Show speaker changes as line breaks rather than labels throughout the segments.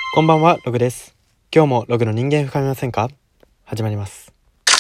こんばんは、ログです。今日もログの人間深めませんか？始まります。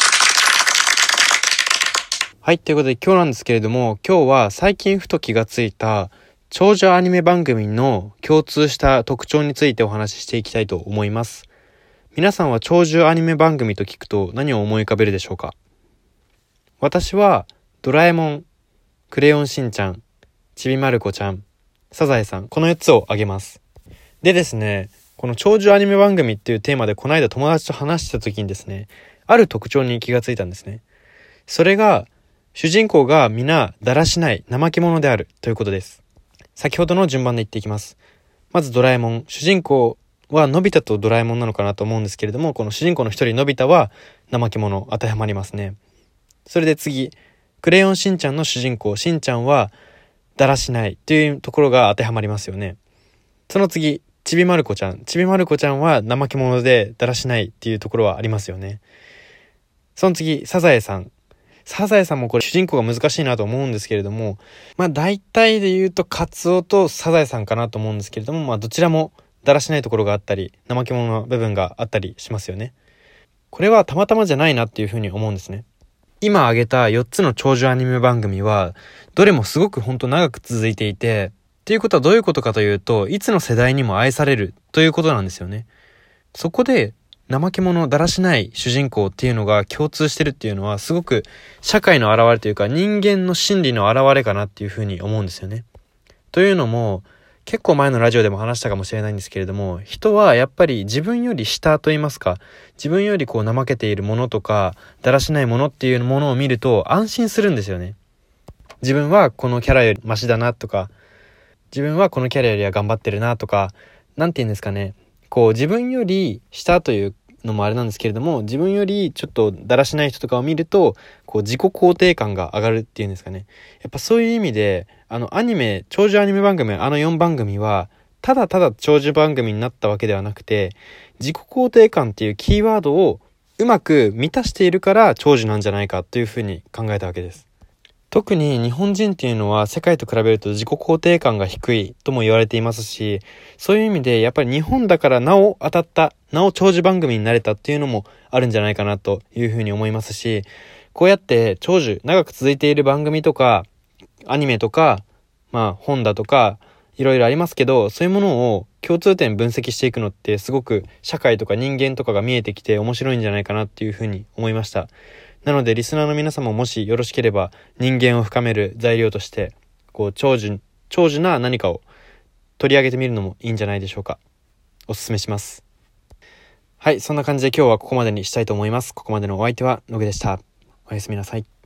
はい、ということで今日なんですけれども、今日は最近ふと気がついた長寿アニメ番組の共通した特徴についてお話ししていきたいと思います。皆さんは長寿アニメ番組と聞くと何を思い浮かべるでしょうか？私はドラえもん、クレヨンしんちゃん、ちびまる子ちゃん、サザエさん、この4つを挙げます。でですね、この長寿アニメ番組っていうテーマでこの間友達と話した時にですね、ある特徴に気がついたんですね。それが、主人公が皆だらしない怠け者であるということです。先ほどの順番で言っていきます。まずドラえもん、主人公はのび太とドラえもんなのかなと思うんですけれども、この主人公の一人のび太は怠け者当てはまりますね。それで次、クレヨンしんちゃんの主人公しんちゃんはだらしないというところが当てはまりますよね。その次、ちびまる子ちゃんは怠け者でだらしないっていうところはありますよね。その次、サザエさんもこれ主人公が難しいなと思うんですけれども、大体で言うとカツオとサザエさんかなと思うんですけれども、どちらもだらしないところがあったり怠け者の部分があったりしますよね。これはたまたまじゃないなっていうふうに思うんですね。今挙げた4つの長寿アニメ番組はどれもすごく本当長く続いていて、っていうことはどういうことかというと、いつの世代にも愛されるということなんですよね。そこで怠け者だらしない主人公っていうのが共通してるっていうのはすごく社会の表れというか人間の心理の表れかなっていうふうに思うんですよね。というのも結構前のラジオでも話したかもしれないんですけれども、人はやっぱり自分より下と言いますか、自分より怠けているものとかだらしないものっていうものを見ると安心するんですよね。自分はこのキャラよりマシだなとか、自分はこのキャラよりは頑張ってるなとか、なんて言うんですかね、自分より下というのもあれなんですけれども、自分よりちょっとだらしない人とかを見ると自己肯定感が上がるっていうんですかね。やっぱそういう意味で長寿アニメ番組4番組はただただ長寿番組になったわけではなくて、自己肯定感っていうキーワードをうまく満たしているから長寿なんじゃないかというふうに考えたわけです。特に日本人っていうのは世界と比べると自己肯定感が低いとも言われていますし、そういう意味でやっぱり日本だからなお長寿番組になれたっていうのもあるんじゃないかなというふうに思いますし、こうやって長寿長く続いている番組とかアニメとか本だとかいろいろありますけど、そういうものを共通点分析していくのってすごく社会とか人間とかが見えてきて面白いんじゃないかなっていうふうに思いました。なのでリスナーの皆様もしよろしければ人間を深める材料として長寿な何かを取り上げてみるのもいいんじゃないでしょうか。おすすめします。はい、そんな感じで今日はここまでにしたいと思います。ここまでのお相手はノグでした。おやすみなさい。